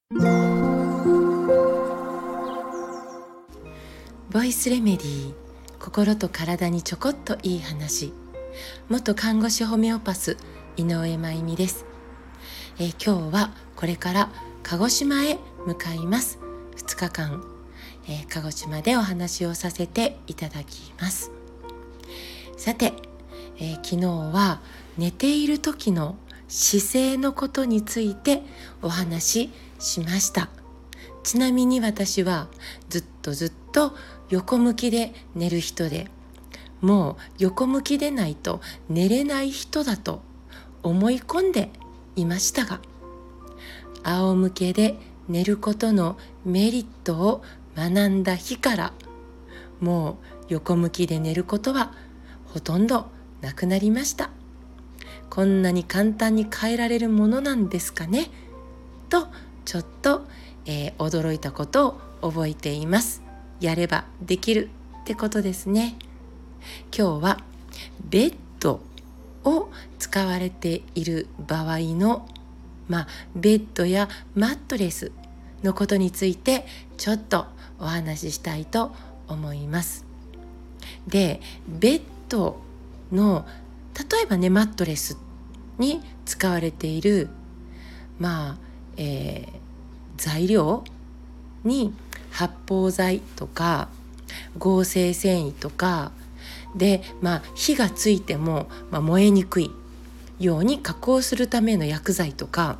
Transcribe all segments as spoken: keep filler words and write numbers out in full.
ボイスレメディー、心と体にちょこっといい話。元看護師ホメオパス井上真由美です。えー、今日はこれから鹿児島へ向かいます。ふつかかん、えー、鹿児島でお話をさせていただきます。さて、えー、昨日は寝ている時の姿勢のことについてお話ししました。ちなみに私はずっとずっと横向きで寝る人で、もう横向きでないと寝れない人だと思い込んでいましたが、仰向けで寝ることのメリットを学んだ日から、もう横向きで寝ることはほとんどなくなりました。こんなに簡単に変えられるものなんですかねとちょっと、えー、驚いたことを覚えています。やればできるってことですね。今日はベッドを使われている場合の、まあ、ベッドやマットレスのことについてちょっとお話ししたいと思います。で、ベッドの例えばね、マットレスに使われている、まあえー、材料に発泡剤とか合成繊維とかで、まあ、火がついても、まあ、燃えにくいように加工するための薬剤とか、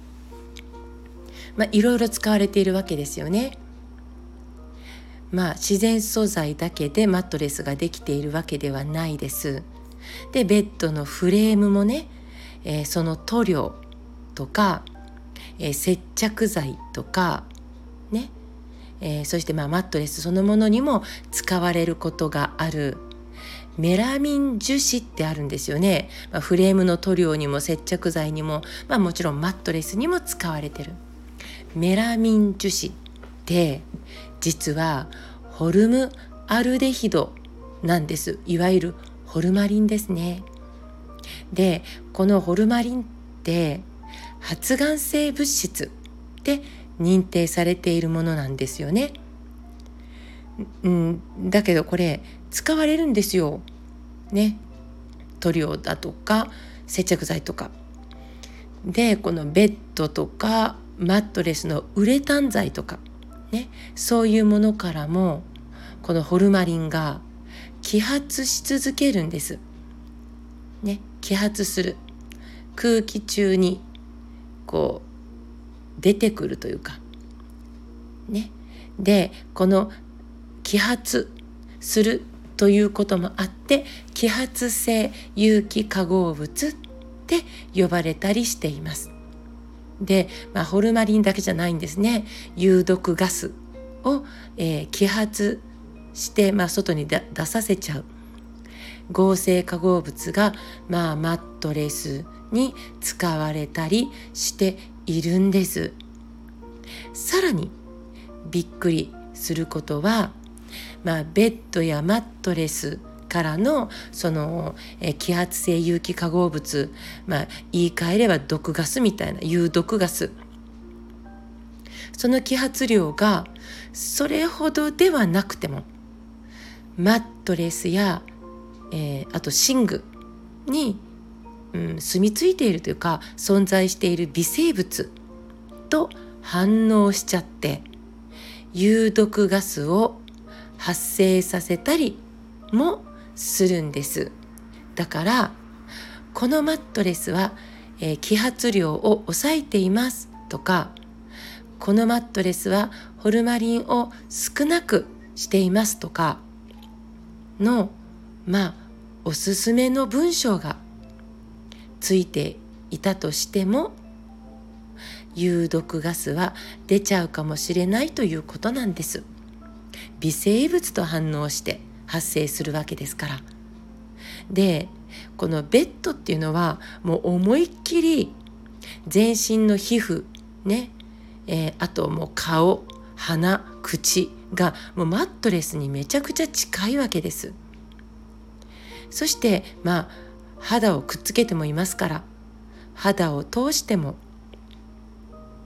まあ、いろいろ使われているわけですよね。まあ、自然素材だけでマットレスができているわけではないです。で、ベッドのフレームもね、えー、その塗料とか、えー、接着剤とかね、えー、そしてまあマットレスそのものにも使われることがあるメラミン樹脂ってあるんですよね。まあ、フレームの塗料にも接着剤にも、まあ、もちろんマットレスにも使われてるメラミン樹脂って実はホルムアルデヒドなんです。いわゆるホルマリンですね。で、このホルマリンって発がん性物質で認定されているものなんですよね。うん、だけどこれ使われるんですよね。塗料だとか接着剤とかで、このベッドとかマットレスのウレタン剤とかね、そういうものからもこのホルマリンが揮発し続けるんですね。揮発する、空気中にこう出てくるというかね。で、この揮発するということもあって、揮発性有機化合物って呼ばれたりしています。で、まあ、ホルマリンだけじゃないんですね。有毒ガスを、えー、揮発して、まあ、外に出させちゃう合成化合物が、まあ、マットレスに使われたりしているんです。さらにびっくりすることは、まあ、ベッドやマットレスからのその、え揮発性有機化合物、まあ、言い換えれば毒ガスみたいな有毒ガス、その揮発量がそれほどではなくてもマットレスや、えー、あと寝具に、うん、住み着いているというか存在している微生物と反応しちゃって有毒ガスを発生させたりもするんです。だからこのマットレスは、えー、揮発量を抑えていますとか、このマットレスはホルマリンを少なくしていますとかの、まあおすすめの文章がついていたとしても、有毒ガスは出ちゃうかもしれないということなんです。微生物と反応して発生するわけですから。で、このベッドっていうのはもう思いっきり全身の皮膚ね、えー、あともう顔、鼻、口がもうマットレスにめちゃくちゃ近いわけです。そしてまあ肌をくっつけてもいますから、肌を通しても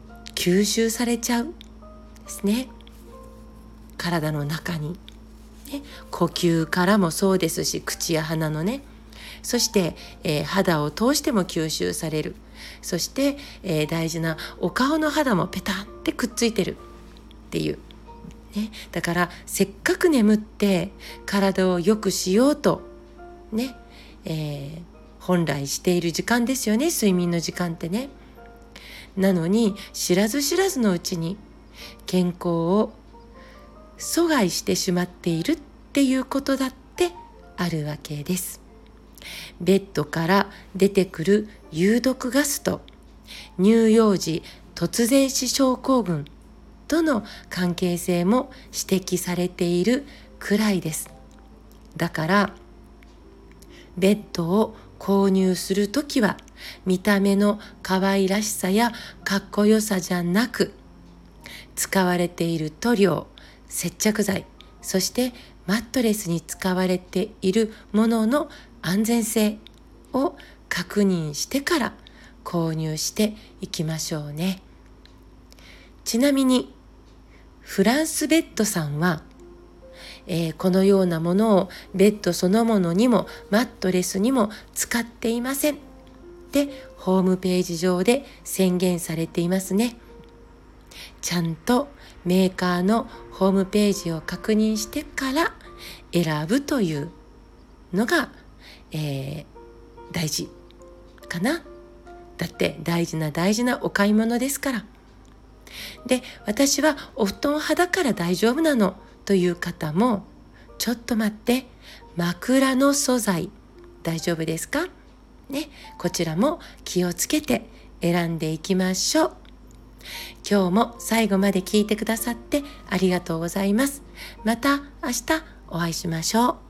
吸収されちゃうですね。体の中に、ね、呼吸からもそうですし、口や鼻のね、そして、えー、肌を通しても吸収される。そして、えー、大事なお顔の肌もペタンってくっついてるっていう、ね、だからせっかく眠って体を良くしようとね、えー、本来している時間ですよね、睡眠の時間ってね。なのに知らず知らずのうちに健康を阻害してしまっているっていうことだってあるわけです。ベッドから出てくる有毒ガスと乳幼児突然死症候群との関係性も指摘されているくらいです。だからベッドを購入するときは見た目の可愛らしさやかっこよさじゃなく、使われている塗料、接着剤、そしてマットレスに使われているものの安全性を確認してから購入していきましょうね。ちなみにフランスベッドさんは、えー、このようなものをベッドそのものにもマットレスにも使っていませんってホームページ上で宣言されていますね。ちゃんとメーカーのホームページを確認してから選ぶというのが、えー、大事かな。だって大事な大事なお買い物ですから。で、私はお布団派だから大丈夫なのという方も、ちょっと待って、枕の素材大丈夫ですかね、こちらも気をつけて選んでいきましょう。今日も最後まで聞いてくださってありがとうございます。また明日お会いしましょう。